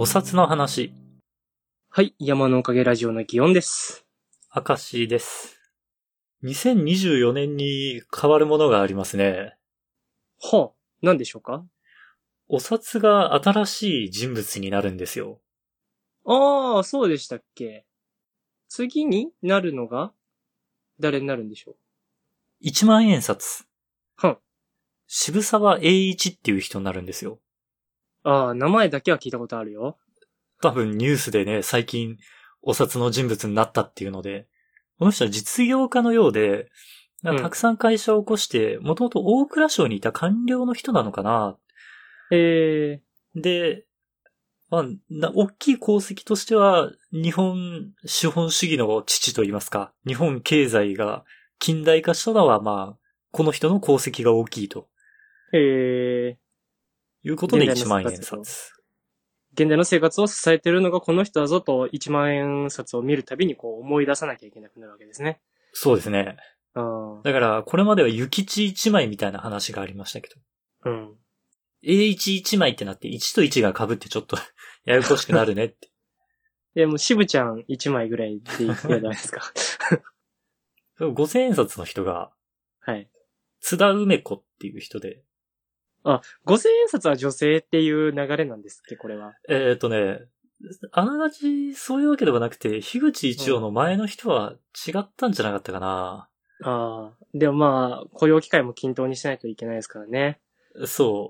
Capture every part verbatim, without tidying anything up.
お札の話。 はい、山のおかげラジオの祇園です。 明石です。にせんにじゅうよねんに変わるものがありますね。 はあ、何でしょうか？ お札が新しい人物になるんですよ。 ああ、そうでしたっけ？次になるのが誰になるんでしょう？ いちまん円札。 はん。 渋沢栄一っていう人になるんですよ。 ああ、名前だけは聞いたことあるよ。 多分ニュースでね、最近お札の人物になったっていうので、この人は実業家のようで、なんかたくさん会社を起こして、もともと大蔵省にいた官僚の人なのかな。 えー、で、まあ、な、大きい功績としては、日本資本主義の父といいますか、日本経済が近代化したのは、まあ、この人の功績が大きいと。 ー、えー、いうことでいちまん円札。 現代の生活を支えてるのがこの人だぞといちまん円札を見るたびにこう思い出さなきゃいけなくなるわけですね。 そうですね。 あだから、これまでは諭吉いちまいみたいな話がありましたけど。うん。 栄一いちまいってなっていちといちが被ってちょっとややこしくなるねって。 いやもう渋ちゃんいちまいぐらいでいいじゃないですか。 ごせんえん札の人が、 はい。 津田梅子っていう人で。 あ、ごせんえん札は女性っていう流れなんですっけ、これは。 えっとね、あながちそういうわけではなくて、樋口一葉の前の人は違ったんじゃなかったかな。 うん、ああ。でもまあ、雇用機会も均等にしないといけないですからね。 そう。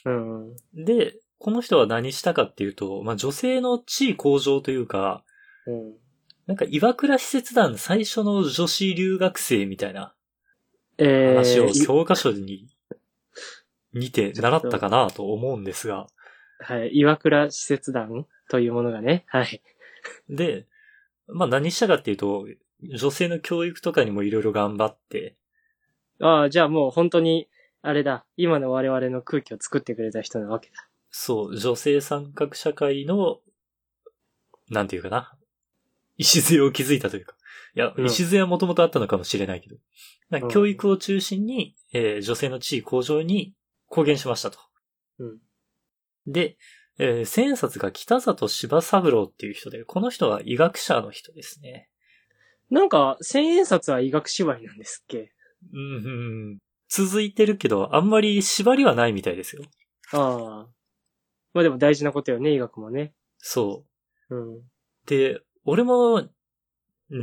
うん。 で、この人は何したかっていうと、まあ女性の地位向上というか、 うん。 なんか岩倉使節団最初の女子留学生みたいなえ話をー、 教科書に似て習ったかなと思うんですが。 はい。岩倉使節団というものがね。はい。 で、まあ何したかっていうと、女性の教育とかにもいろいろ頑張って。 ああ、じゃあもう本当に、あれだ。今の我々の空気を作ってくれた人なわけだ。 そう、女性参画社会の、なんていうかな。礎を築いたというか。いや、 うん、 礎はもともとあったのかもしれないけど。うん、教育を中心に、えー、女性の地位向上に貢献しましたと。 うん、 で、えー、千円札が北里柴三郎っていう人で、この人は医学者の人ですね。 なんか、千円札は医学縛りなんですっけ？ うん、うん、続いてるけど、あんまり縛りはないみたいですよ。 ああ。まあでも大事なことよね、医学もね。 そう。 うん。 で、俺も、うん、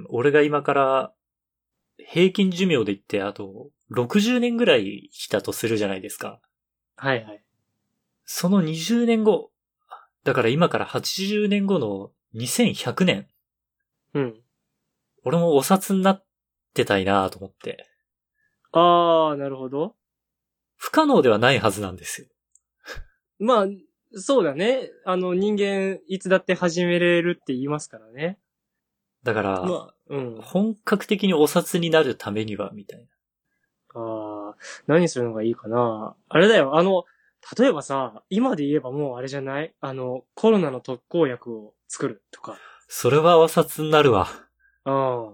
俺が今から平均寿命で言ってあとろくじゅうねんぐらい生きたとするじゃないですか。 はいはい。 そのにじゅうねんご、だから今からはちじゅうねんごのにせんひゃくねん。 うん。 俺もお札になってたいなと思って。 ああ、なるほど。 不可能ではないはずなんですよ。 まあ、そうだね。あの、人間、いつだって始めれるって言いますからね。 だから、まあ、うん。 本格的にお札になるためには、みたいな。 ああ、何するのがいいかな。あれだよ、あの、例えばさ、今で言えばもうあれじゃないあの、コロナの特効薬を作るとか。 それはお札になるわ。 うん。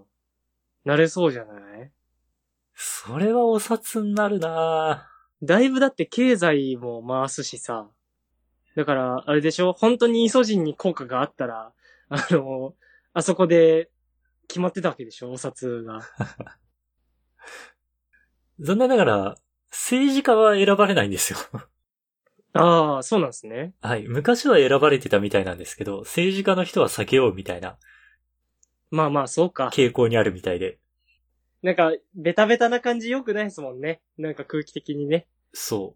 なれそうじゃない？ それはお札になるなだいぶだって経済も回すしさ。だから、あれでしょ？本当にイソジンに効果があったら、あの、あそこで決まってたわけでしょ？お札が。 残念ながら、政治家は選ばれないんですよ。 ああ、そうなんですね。 はい。昔は選ばれてたみたいなんですけど、政治家の人は避けようみたいな。 まあまあ、そうか。 傾向にあるみたいで。 なんか、ベタベタな感じ良くないですもんね。なんか空気的にね。 そう。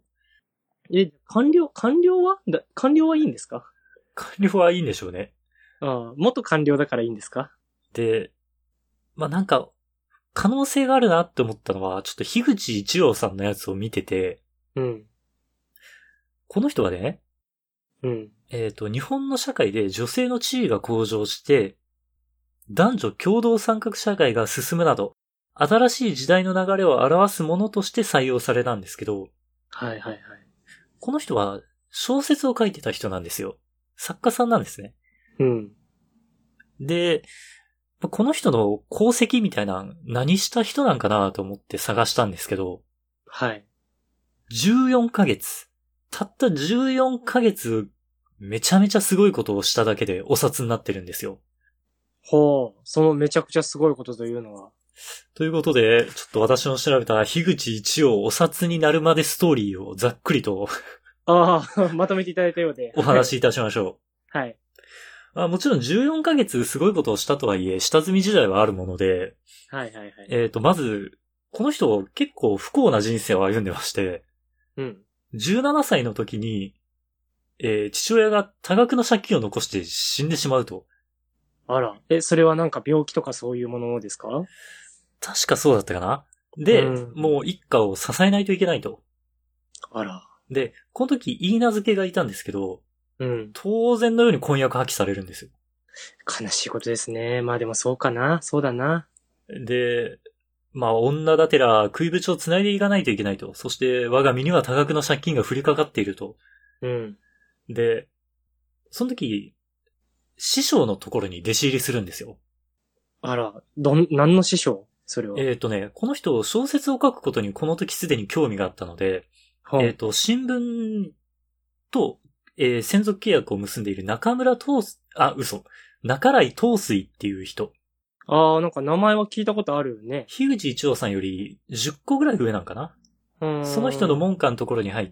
え、官僚、官僚はだ官僚はいいんですか？ 官僚はいいんでしょうね。 ああ、元官僚だからいいんですか？ で、まあ、なんか、可能性があるなって思ったのは、ちょっと樋口一葉さんのやつを見てて、 うん。 この人はね、 うん。 えっと、日本の社会で女性の地位が向上して、男女共同参画社会が進むなど、新しい時代の流れを表すものとして採用されたんですけど、 はいはいはい。 この人は小説を書いてた人なんですよ。作家さんなんですね。 うん。 で、この人の功績みたいな何した人なんかなと思って探したんですけど、 はい。 じゅうよんかげつ。たったじゅうよんかげつめちゃめちゃすごいことをしただけでお札になってるんですよ。 ほう。そのめちゃくちゃすごいことというのは。 ということで、ちょっと私の調べた樋口一葉お札になるまでストーリーをざっくりとああ、まとめていただいたようで。 お話しいたしましょう。はい。 まあ、もちろんじゅうよんかげつすごいことをしたとはいえ、下積み時代はあるもので、 はいはいはい。 えっと、まず、この人結構不幸な人生を歩んでまして、 うん。 じゅうななさいの時に、えー、父親が多額の借金を残して死んでしまうと。 あら。え、それはなんか病気とかそういうものですか？ 確かそうだったかな。で、 うんもう一家を支えないといけないと。 あら。 で、この時、言い名付けがいたんですけど、 うん。 当然のように婚約破棄されるんですよ。 悲しいことですね。まあでもそうかな。そうだな。 で、まあ、女だてら食いぶちを繋いでいかないといけないと。そして、我が身には多額の借金が降りかかっていると。 うん。 で、その時、師匠のところに弟子入りするんですよ。 あら。どん、何の師匠それは。 えっとね、この人、小説を書くことにこの時すでに興味があったので、 はえっと、新聞と、えー専属契約を結んでいる中村東水、あ、嘘。中来東水っていう人。 ああ、なんか名前は聞いたことあるよね。 樋口一葉さんよりじゅっこぐらい上なんかな。 うーんその人の門下のところに入って、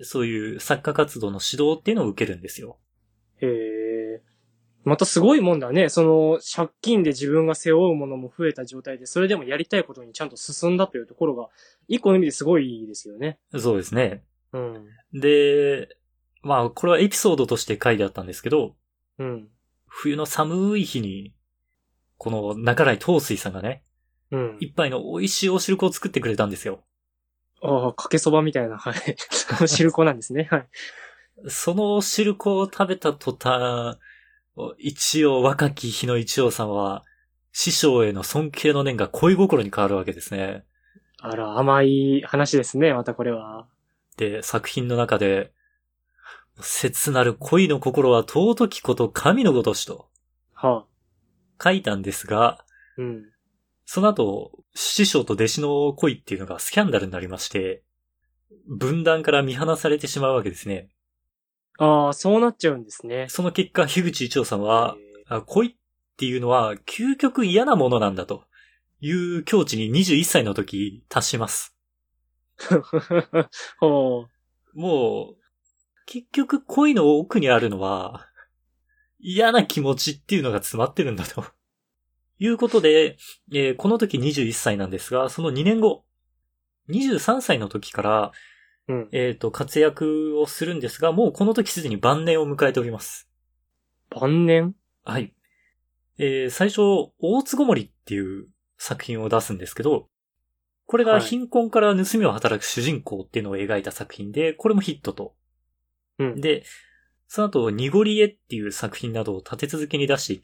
そういう作家活動の指導っていうのを受けるんですよ。 へえ。またすごいもんだね。その、借金で自分が背負うものも増えた状態で、それでもやりたいことにちゃんと進んだというところが、一個の意味ですごいですよね。 そうですね。 うん。 で、まあ、これはエピソードとして書いてあったんですけど、 うん。 冬の寒い日に、この中来東水さんがね、 うん。 一杯の美味しいお汁粉を作ってくれたんですよ。 ああ、かけそばみたいな、はい。お汁粉なんですね。はい。 そのお汁粉を食べた途端、一応若き日の一応さんは、師匠への尊敬の念が恋心に変わるわけですね。 あら、甘い話ですね、またこれは。 で、作品の中で、切なる恋の心は尊きこと神のごとしとはあ。 書いたんですが、 うん。 その後、師匠と弟子の恋っていうのがスキャンダルになりまして、分断から見放されてしまうわけですね。 ああ、そうなっちゃうんですね。 その結果、樋口一葉さんは、 へあ恋っていうのは究極嫌なものなんだという境地ににじゅういっさいの時達します。 ーほう。 もう、結局恋の奥にあるのは、嫌な気持ちっていうのが詰まってるんだと。いうことで、えーこの時にじゅういっさいなんですが、そのにねんご、にじゅうさんさいの時から、 うん。 えっと、活躍をするんですが、もうこの時すでに晩年を迎えております。 晩年はい。えー最初、大津ごもりっていう作品を出すんですけど、これが貧困から盗みを働く主人公っていうのを描いた作品で、これもヒットと。 うん。 で、その後、濁り絵っていう作品などを立て続けに出していって、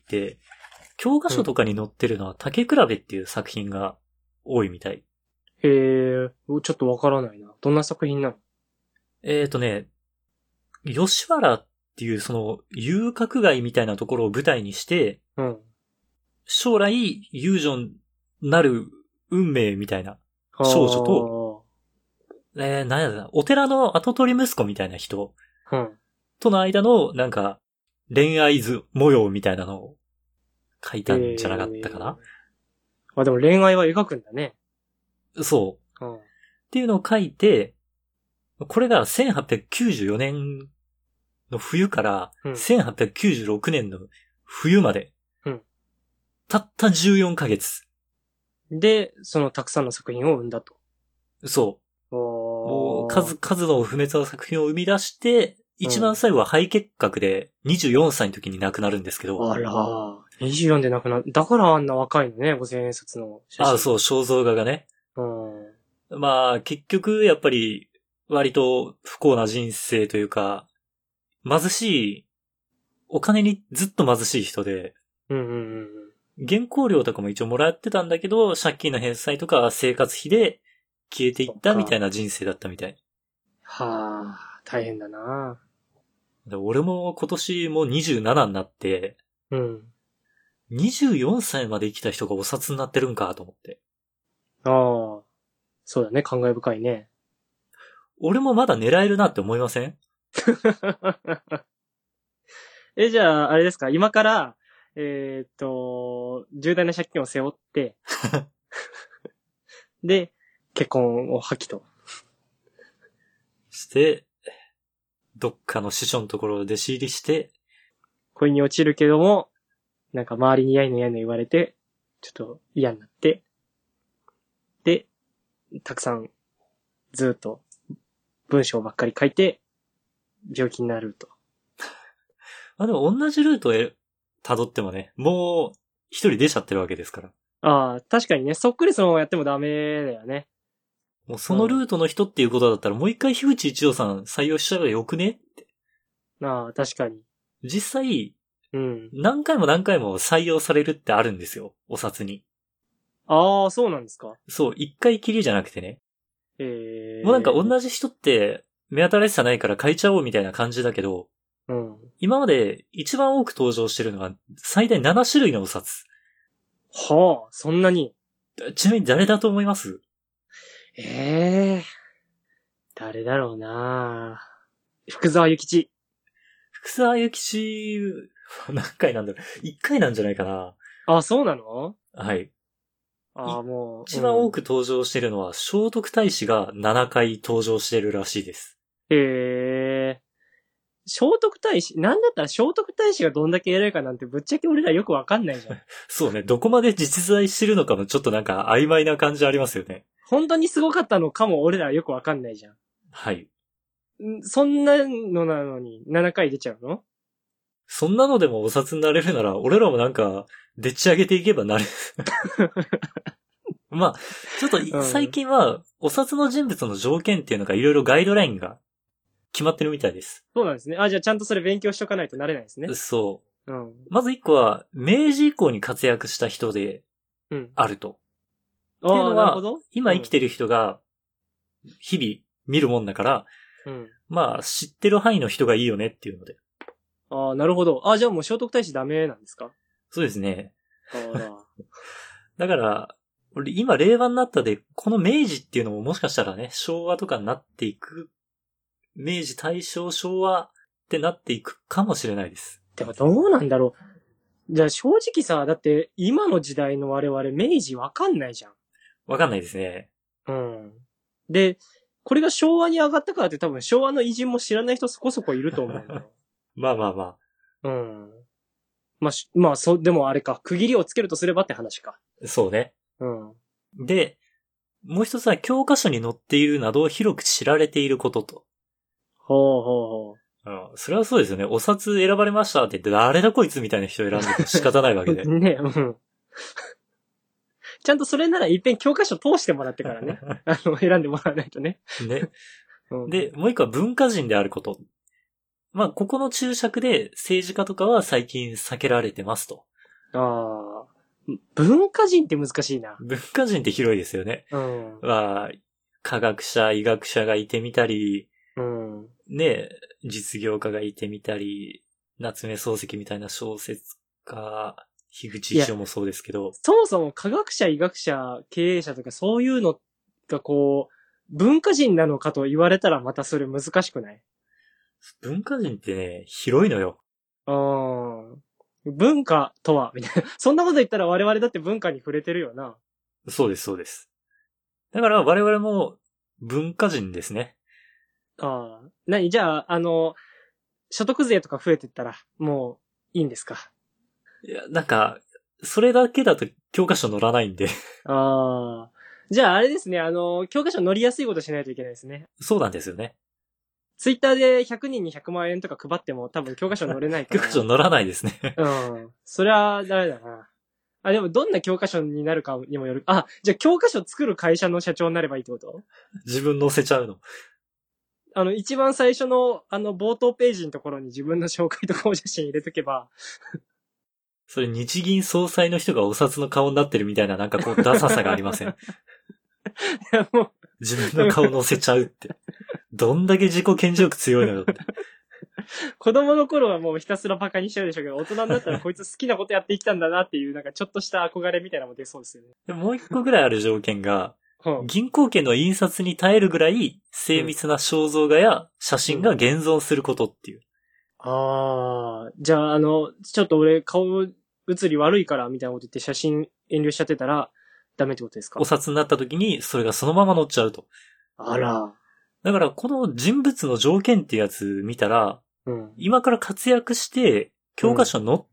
教科書とかに載ってるのは竹比べっていう作品が多いみたい。 へえ、ちょっとわからないな。どんな作品なの？ えーとね、吉原っていうその遊郭街みたいなところを舞台にして、 うん。 将来遊女になる運命みたいな少女と、えー、なんやだ、お寺の跡取り息子みたいな人あー、うん。 との間のなんか恋愛図模様みたいなのを書いたんじゃなかったかな、 えーあ、でも恋愛は描くんだね。 そう。 うん。 っていうのを書いて、これがせんはっぴゃくきゅうじゅうよねんの冬からうんせんはっぴゃくきゅうじゅうろくねんの冬まで、 うんたったじゅうよんかげつ。 で、そのたくさんの作品を生んだと。 そう。もう数、数の不滅の作品を生み出して、一番最後は肺結核でにじゅうよんさいの時に亡くなるんですけど。 あら、にじゅうよんで亡くなる。だからあんな若いのね、ごせんえん札の写真。 ああ、そう、肖像画がね。 うん。 まあ、結局、やっぱり、割と不幸な人生というか、貧しい、お金にずっと貧しい人で、 うんうんうんうん。 原稿料とかも一応もらってたんだけど、借金の返済とか生活費で消えていったみたいな人生だったみたい。 はあ、大変だな。 で俺も今年もうにじゅうななになって、 うん。 にじゅうよんさいまで生きた人がお札になってるんかと思って。 ああ、そうだね、感慨深いね。 俺もまだ狙えるなって思いません？ え、じゃあ、あれですか、今から、えーっと、重大な借金を背負って、で、結婚を破棄と。 して、どっかの師匠のところで弟子入りして、 恋に落ちるけども、なんか周りにやいのやいの言われて、ちょっと嫌になって、で、たくさん、ずっと、文章ばっかり書いて、病気になると。 まあでも同じルートへ辿ってもね、もう一人出ちゃってるわけですから。 ああ、確かにね、そっくりそのままやってもダメだよね。 もうそのルートの人っていうことだったら、もう一回樋口一葉さん採用しちゃえばよくねって。 ああ、確かに。 実際、 うん。 何回も何回も採用されるってあるんですよ、お札に。 ああ、そうなんですか。 そう、一回きりじゃなくてね。 ええー。 もうなんか同じ人って目新しさないから変えちゃおうみたいな感じだけど、 うん。 今まで一番多く登場してるのは最大なな種類のお札。 はあ、そんなに。 ちなみに誰だと思います？ ええー。誰だろうな福沢諭吉。 福沢諭吉、何回なんだろう。いっかいなんじゃないかな。 あ、そうなの？ はい。 ああ、もう。 一番多く登場してるのは、聖徳太子がななかい登場してるらしいです。 へえ。聖徳太子、なんだったら聖徳太子がどんだけ偉いかなんてぶっちゃけ俺らよくわかんないじゃん。 そうね、どこまで実在してるのかもちょっとなんか曖昧な感じありますよね。 本当にすごかったのかも俺らよくわかんないじゃん。 はい。 んそんなのなのにななかい出ちゃうの？ そんなのでもお札になれるなら、俺らもなんか、でっち上げていけばなれる。まあ、ちょっと最近は、お札の人物の条件っていうのがいろいろガイドラインが決まってるみたいです。 そうなんですね。あ、じゃあちゃんとそれ勉強しとかないとなれないですね。 そう。 うん。 まず一個は、明治以降に活躍した人で、あると。 うん、 っていうのは、今生きてるる人が、日々見るもんだから、 うん、 まあ、知ってる範囲の人がいいよねっていうので。 ああ、なるほど。あ、じゃあもう聖徳太子ダメなんですか？ そうですね。 あら。 だから、俺今令和になったで、この明治っていうのももしかしたらね、昭和とかになっていく、明治、大正、昭和ってなっていくかもしれないです。 でもどうなんだろう。じゃあ正直さ、だって今の時代の我々明治わかんないじゃん。 わかんないですね。 うん。で、これが昭和に上がったからって多分昭和の偉人も知らない人そこそこいると思うの。 まあまあまあ。うん。まあ、まあ、そう、でもあれか、区切りをつけるとすればって話か。 そうね。 うん。 で、もう一つは教科書に載っているなど広く知られていることと。 ほうほうほう。うん。それはそうですよね。お札選ばれましたって言って誰だこいつみたいな人選んでて仕方ないわけで。 ね、うん。ちゃんとそれなら一遍教科書通してもらってからね。あの、選んでもらわないとね。 ね。 うん、 で、もう一個は文化人であること。まあ、ここの注釈で政治家とかは最近避けられてますと。 ああ。文化人って難しいな。 文化人って広いですよね。 うん。 まあ、科学者、医学者がいてみたり、 うん。 ね、実業家がいてみたり、夏目漱石みたいな小説家、樋口一葉もそうですけど。 そもそも科学者、医学者、経営者とかそういうのがこう、文化人なのかと言われたらまたそれ難しくない？ 文化人ってね、広いのよ。 ああ。文化とはみたいな。そんなこと言ったら我々だって文化に触れてるよな。 そうです、そうです。だから我々も文化人ですね。 ああ。なに、じゃあ、あの、所得税とか増えてったら、もう、いいんですか？ いや、なんか、それだけだと教科書載らないんで。 ああ。じゃああれですね、あの、教科書載りやすいことしないといけないですね。 そうなんですよね。 ツイッターでひゃくにんにひゃくまん円とか配っても多分教科書載れないから。 教科書載らないですね。 うん。それはダメだな。あ、でもどんな教科書になるかにもよる。あ、じゃあ教科書作る会社の社長になればいいってこと？ 自分載せちゃうの。 あの、一番最初の、あの、冒頭ページのところに自分の紹介と顔写真入れとけば。 それ日銀総裁の人がお札の顔になってるみたいななんかこうダサさがありません？いやもう自分の顔載せちゃうって。どんだけ自己顕示欲強いのよって。 子供の頃はもうひたすらバカにしちゃうでしょうけど、大人になったらこいつ好きなことやってきたんだなっていう、なんかちょっとした憧れみたいなのも出そうですよね。 でもう一個ぐらいある条件が、 うん、 銀行券の印刷に耐えるぐらい精密な肖像画や写真が現存することっていう。 ああ、じゃあ、あの、ちょっと俺顔写り悪いからみたいなこと言って写真遠慮しちゃってたらダメってことですか？ お札になった時にそれがそのまま載っちゃうと。 あら。 だからこの人物の条件ってやつ見たら、 うん。 今から活躍して教科書に載って、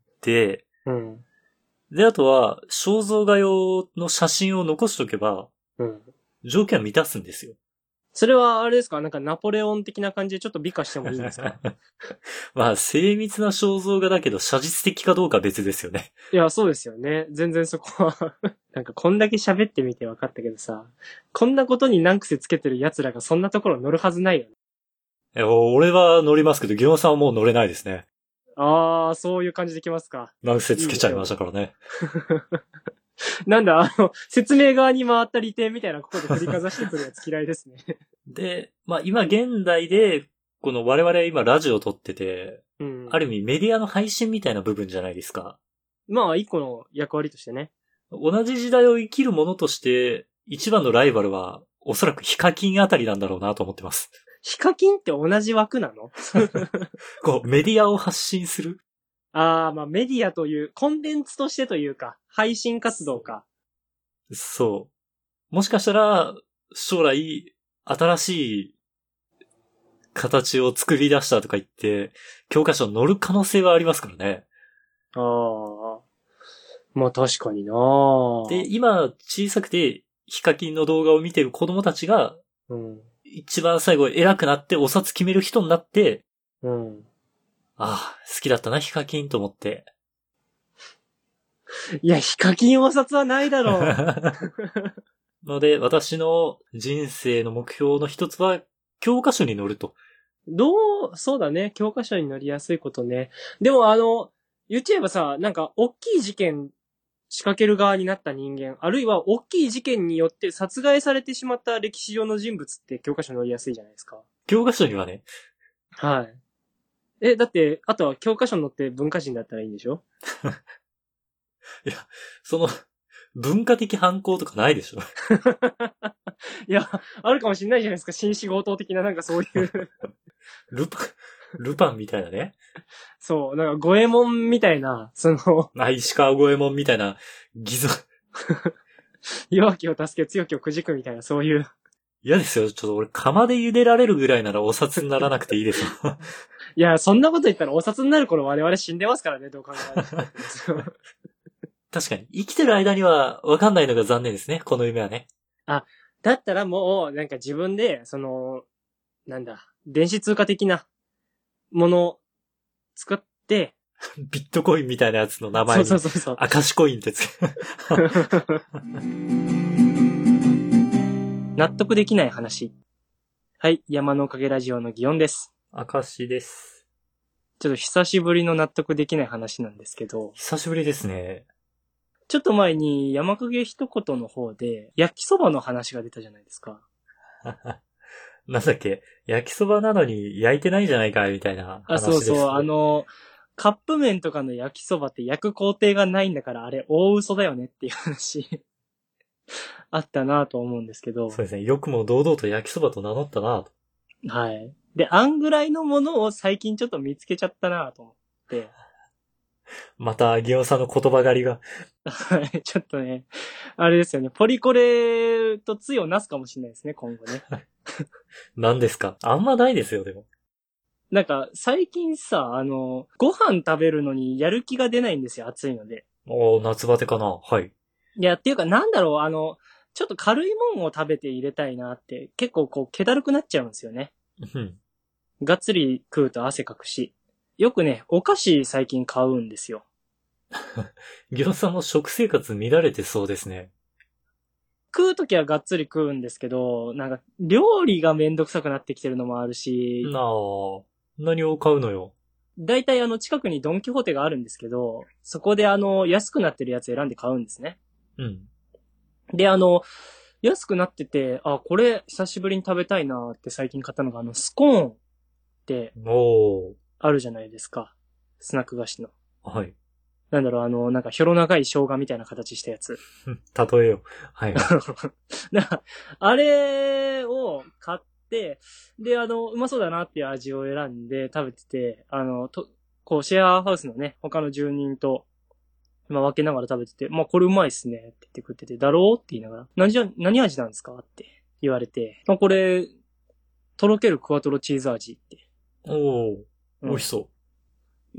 うん。 で、あとは肖像画用の写真を残しとけば、 うん。 条件は満たすんですよ。 それはあれですか？なんかナポレオン的な感じでちょっと美化してもいいんですか？ まあ、精密な肖像画だけど写実的かどうかは別ですよね。 いや、そうですよね。全然そこは。なんかこんだけ喋ってみて分かったけどさ、こんなことに難癖つけてる奴らがそんなところ乗るはずないよね。 いや俺は乗りますけど、ギョンさんはもう乗れないですね。 あー、そういう感じできますか。 難癖つけちゃいましたからね。 なんだ、あの、説明側に回った利点みたいなここで振りかざしてくるやつ嫌いですね。 で、まあ今現代で、この我々今ラジオ撮ってて、 うん。 ある意味メディアの配信みたいな部分じゃないですか。 まあ、一個の役割としてね。 同じ時代を生きる者として、一番のライバルは、おそらくヒカキンあたりなんだろうなと思ってます。 ヒカキンって同じ枠なの？ こう、メディアを発信する。 あー、まあメディアという、コンテンツとしてというか、配信活動か。 そう。もしかしたら、将来、新しい形を作り出したとか言って、教科書に載る可能性はありますからね。 あー。まあ確かになー。 で、今、小さくて、ヒカキンの動画を見てる子供たちが、 うん。 一番最後偉くなってお札決める人になって、 うん。 ああ、好きだったな、ヒカキンと思って。 いや、ヒカキンお札はないだろう。 ので、私の人生の目標の一つは、教科書に載ると。 どう、そうだね。教科書に載りやすいことね。でもあの、言っちゃえばさ、なんか、大きい事件仕掛ける側になった人間、あるいは大きい事件によって殺害されてしまった歴史上の人物って教科書に載りやすいじゃないですか。 教科書にはね。 はい。え、だって、あとは教科書に載って文化人だったらいいんでしょ？ いや、その、文化的反抗とかないでしょ。 いや、あるかもしれないじゃないですか。新仕強的ななんかそういうルパン、ルパンみたいなね。 そう、なんか五右衛門みたいな、その、 あ、石川五右衛門みたいな、偽造。 弱きを助け強きをくじくみたいな、そういう。 嫌ですよ。ちょっと俺、釜で茹でられるぐらいならお札にならなくていいですよ。 いや、そんなこと言ったらお札になる頃我々死んでますからね、どう考えても。 確かに。生きてる間には分かんないのが残念ですね。この夢はね。 あ、だったらもう、なんか自分で、その、なんだ、電子通貨的なものを使って、 ビットコインみたいなやつの名前に。 そうそうそうそう。 アカシコインってつけ。 納得できない話。はい、山のおかげラジオの祇園です。 アカシです。 ちょっと久しぶりの納得できない話なんですけど。 久しぶりですね。 ちょっと前に山かげ一言の方で、焼きそばの話が出たじゃないですか。 なんだっけ、焼きそばなのに焼いてないんじゃないかみたいな話です、ね。 あ、そうそう、あの、カップ麺とかの焼きそばって焼く工程がないんだからあれ大嘘だよねっていう話あったなぁと思うんですけど。 そうですね。よくも堂々と焼きそばと名乗ったなぁと。 はい。で、あんぐらいのものを最近ちょっと見つけちゃったなぁと思って。 また、ギオンさんの言葉狩りが。 はい。ちょっとね、あれですよね。ポリコレと対をなすかもしれないですね、今後ね。 何ですか？あんまないですよ、でも。 なんか、最近さ、あの、ご飯食べるのにやる気が出ないんですよ、暑いので。 おー、夏バテかな。はい。 いや、っていうか、なんだろう、あの、ちょっと軽いもんを食べて入れたいなって、結構こう、気だるくなっちゃうんですよね。 うん。 がっつり食うと汗かくし。よくね、お菓子最近買うんですよ。 ギオンさんも食生活乱れてそうですね。 食うときはがっつり食うんですけど、なんか、料理がめんどくさくなってきてるのもあるし、 なあ、何を買うのよ。 だいたいあの、近くにドンキホーテがあるんですけど、そこであの、安くなってるやつ選んで買うんですね。 うん。 で、あの、安くなってて、あ、これ久しぶりに食べたいなって最近買ったのが、あの、スコーンっておー。 あるじゃないですか。スナック菓子の。 はい。 なんだろう、あの、なんか、ひょろ長い生姜みたいな形したやつ。 例えよ。はい。 なあれを買っ 、で、あの、うまそうだなっていう味を選んで食べてて、あの、と、こう、シェアハウスのね、他の住人と、まあ、分けながら食べてて、まあ、これうまいっすねって言って食ってて、だろうって言いながら、何じゃ、何味なんですかって言われて、まあ、これ、とろけるクワトロチーズ味って。 おー、 うん美味しそう。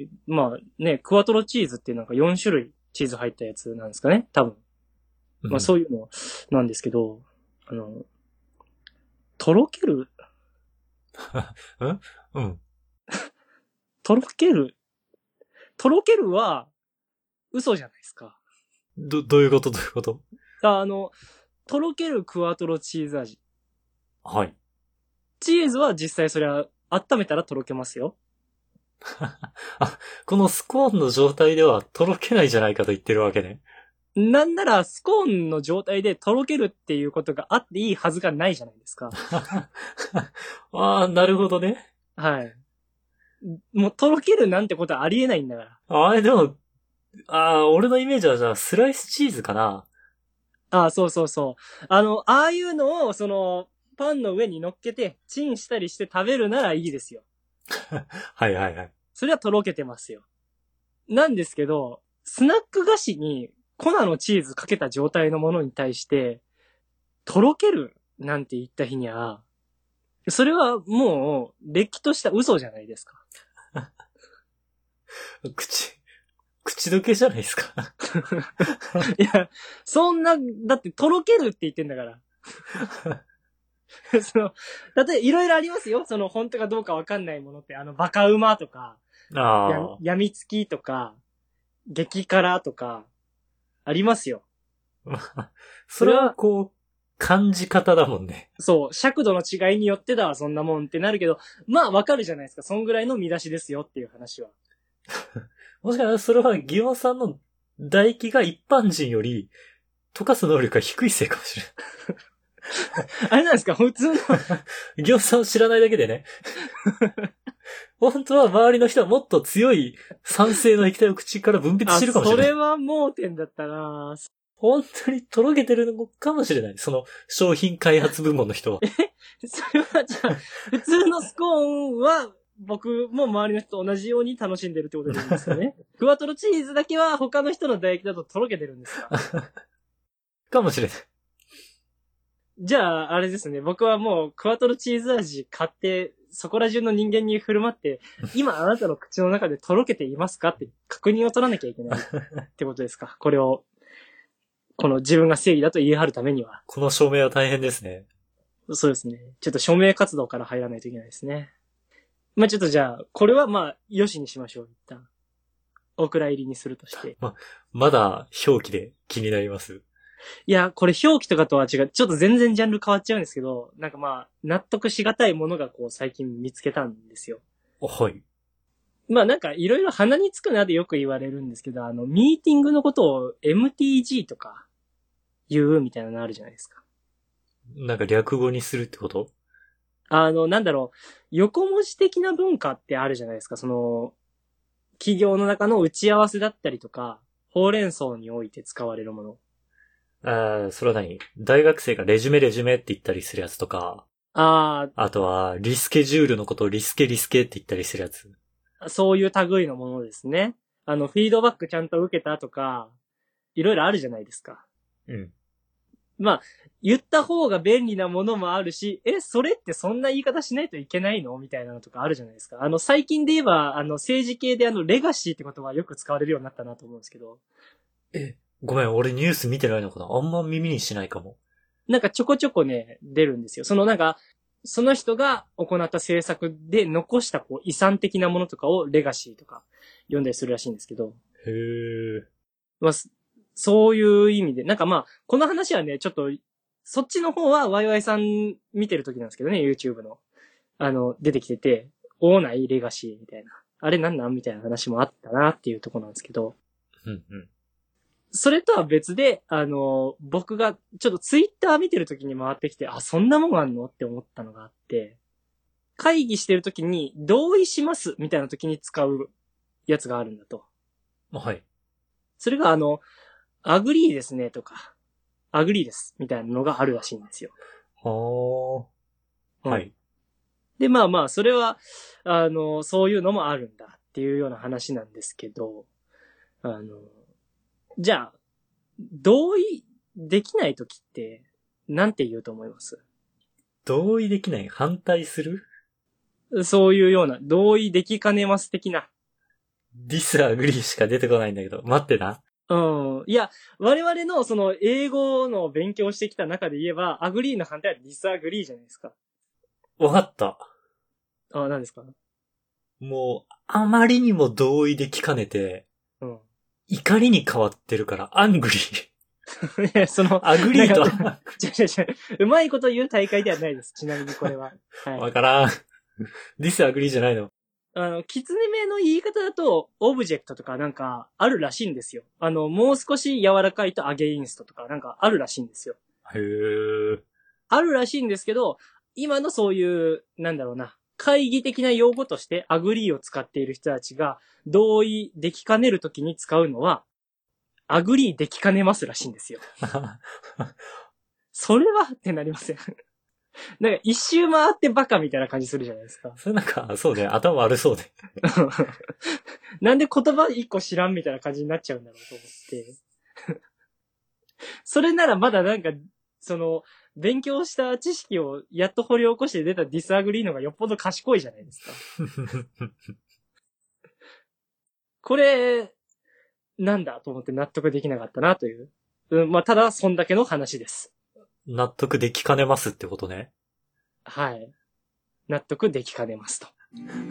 まあね、クワトロチーズってなんかよん種類チーズ入ったやつなんですかね多分。まあそういうのなんですけど、あの、とろけるうんうん。 とろけるとろけるは嘘じゃないですか。 ど、どういうことどういうことあの、とろけるクワトロチーズ味。 はい。 チーズは実際それは温めたらとろけますよ。 あ、このスコーンの状態ではとろけないじゃないかと言ってるわけね。 なんならスコーンの状態でとろけるっていうことがあっていいはずがないじゃないですか。 ああ、なるほどね。 はい。もうとろけるなんてことはありえないんだから。 あれでも、ああ、俺のイメージはじゃあスライスチーズかな。 ああ、そうそうそう。あの、ああいうのを、その、パンの上に乗っけて、チンしたりして食べるならいいですよ。 はいはいはい。 それはとろけてますよ。なんですけど、スナック菓子に粉のチーズかけた状態のものに対して、とろけるなんて言った日には、それはもう、れっきとした嘘じゃないですか。 口、口どけじゃないですか。 いや、そんな、だってとろけるって言ってんだから。その、例えばいろいろありますよ。その本当かどうかわかんないものって、あの、バカウマとか、 あや、やみつきとか、激辛とか、ありますよ。 あ。それはこう、感じ方だもんね。 そう、尺度の違いによってだわ、そんなもんってなるけど、まあわかるじゃないですか。そんぐらいの見出しですよっていう話は。 もしかしたらそれはギオさんの唾液が一般人より溶かす能力が低いせいかもしれない。 あれなんですか普通の。 ギオさんを知らないだけでね。本当は周りの人はもっと強い酸性の液体を口から分泌してるかもしれない。 それは盲点だったな本当にとろけてるのかもしれない。その商品開発部門の人は。 それはじゃあ、普通のスコーンは、僕も周りの人と同じように楽しんでるってことでいいんですかね。クワトロチーズだけは他の人の唾液だととろけてるんですかかもしれない。 じゃあ、あれですね。僕はもうクワトロチーズ味買って、そこら中の人間に振る舞って、今あなたの口の中でとろけていますかって確認を取らなきゃいけないってことですか。これを、この自分が正義だと言い張るためには。 この証明は大変ですね。 そうですね。ちょっと署名活動から入らないといけないですね。まあちょっとじゃあ、これはまあ、よしにしましょう、一旦。お蔵入りにするとして。 ま、まだ表記で気になります。 いや、これ表記とかとは違う。ちょっと全然ジャンル変わっちゃうんですけど、なんかまあ、納得しがたいものがこう最近見つけたんですよ。 はい。 まあなんかいろいろ鼻につくなでよく言われるんですけど、あの、ミーティングのことを エムティージー とか言うみたいなのあるじゃないですか。 なんか略語にするってこと？ あの、なんだろう、横文字的な文化ってあるじゃないですか。その、企業の中の打ち合わせだったりとか、ほうれん草において使われるもの。 ああ、それは何？大学生がレジュメレジュメって言ったりするやつとか、 ああとはリスケジュールのことをリスケリスケって言ったりするやつ。 あ、そういう類のものですね。あの、フィードバックちゃんと受けたとか、いろいろあるじゃないですか。 うん。 まあ、言った方が便利なものもあるし、え、それってそんな言い方しないといけないのみたいなのとかあるじゃないですか。あの、最近で言えば、あの、政治系であの、レガシーって言葉はよく使われるようになったなと思うんですけど。 え、ごめん、俺ニュース見てないのかな？あんま耳にしないかも。 なんかちょこちょこね、出るんですよ。そのなんか、その人が行った政策で残したこう遺産的なものとかをレガシーとか呼んだりするらしいんですけど。 へー。 まあ、そういう意味で、なんかまあ、この話はね、ちょっと、そっちの方はワイワイさん見てる時なんですけどね、YouTube の。あの、出てきてて、オーナイレガシーみたいな。あれなんなんみたいな話もあったなっていうところなんですけど。 うんうん。 それとは別で、あの、僕がちょっとツイッター見てる時に回ってきて、あ、そんなもんあんのって思ったのがあって、会議してる時に同意しますみたいな時に使うやつがあるんだと。 はい。 それがあの、アグリーですねとか、アグリーですみたいなのがあるらしいんですよ。 はー。はい。 で、まあまあ、それは、あの、そういうのもあるんだっていうような話なんですけど、あの、じゃあ、同意できないときって、なんて言うと思います？ 同意できない？反対する？ そういうような、同意できかねます的な。 disagree しか出てこないんだけど、待ってな。 うん。いや、我々のその英語の勉強してきた中で言えば、アグリーの反対はディスアグリーじゃないですか。 わかった。 あ、何ですか？ もう、あまりにも同意できかねて、 うん。 怒りに変わってるから、アングリー。 いや、その、 アグリーと、 ちゃちゃちゃ、うまいこと言う大会ではないです。ちなみにこれは。はい。 わからん。ディスアグリーじゃないの。 あの、キツネ名の言い方だと、オブジェクトとかなんかあるらしいんですよ。あの、もう少し柔らかいとアゲインストとかなんかあるらしいんですよ。 へー。 あるらしいんですけど、今のそういう、なんだろうな、会議的な用語としてアグリーを使っている人たちが同意できかねるときに使うのは、アグリーできかねますらしいんですよ。それはってなりません？なんか一周回ってバカみたいな感じするじゃないですか。 それなんか、そうね、頭悪そうね。 なんで言葉一個知らんみたいな感じになっちゃうんだろうと思って。それならまだなんか、その、勉強した知識をやっと掘り起こして出たディスアグリーのがよっぽど賢いじゃないですか。これ、なんだと思って納得できなかったなという。うん、まあ、ただ、そんだけの話です。 納得できかねますってことね。 はい。納得できかねますと。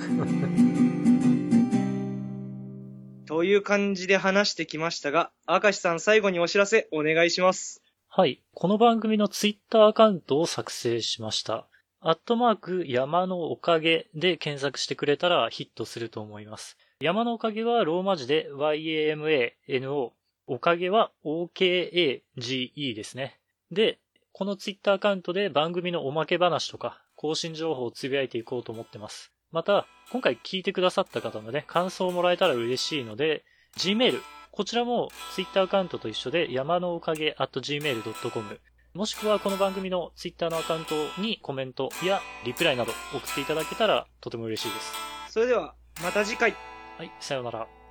という感じで話してきましたが、明石さん最後にお知らせお願いします。 はい。この番組のツイッターアカウントを作成しました。アットマーク山のおかげで検索してくれたらヒットすると思います。山のおかげはローマ字で ワイエーエムエーエヌオー。おかげは オーケーエージーイー ですね。で、このツイッターアカウントで番組のおまけ話とか更新情報をつぶやいていこうと思ってます。また、今回聞いてくださった方のね、感想をもらえたら嬉しいので、Gmail、こちらもツイッターアカウントと一緒で山のおかげ アットジーメールドットコム もしくはこの番組のツイッターのアカウントにコメントやリプライなど送っていただけたらとても嬉しいです。 それではまた次回。 はい、さようなら。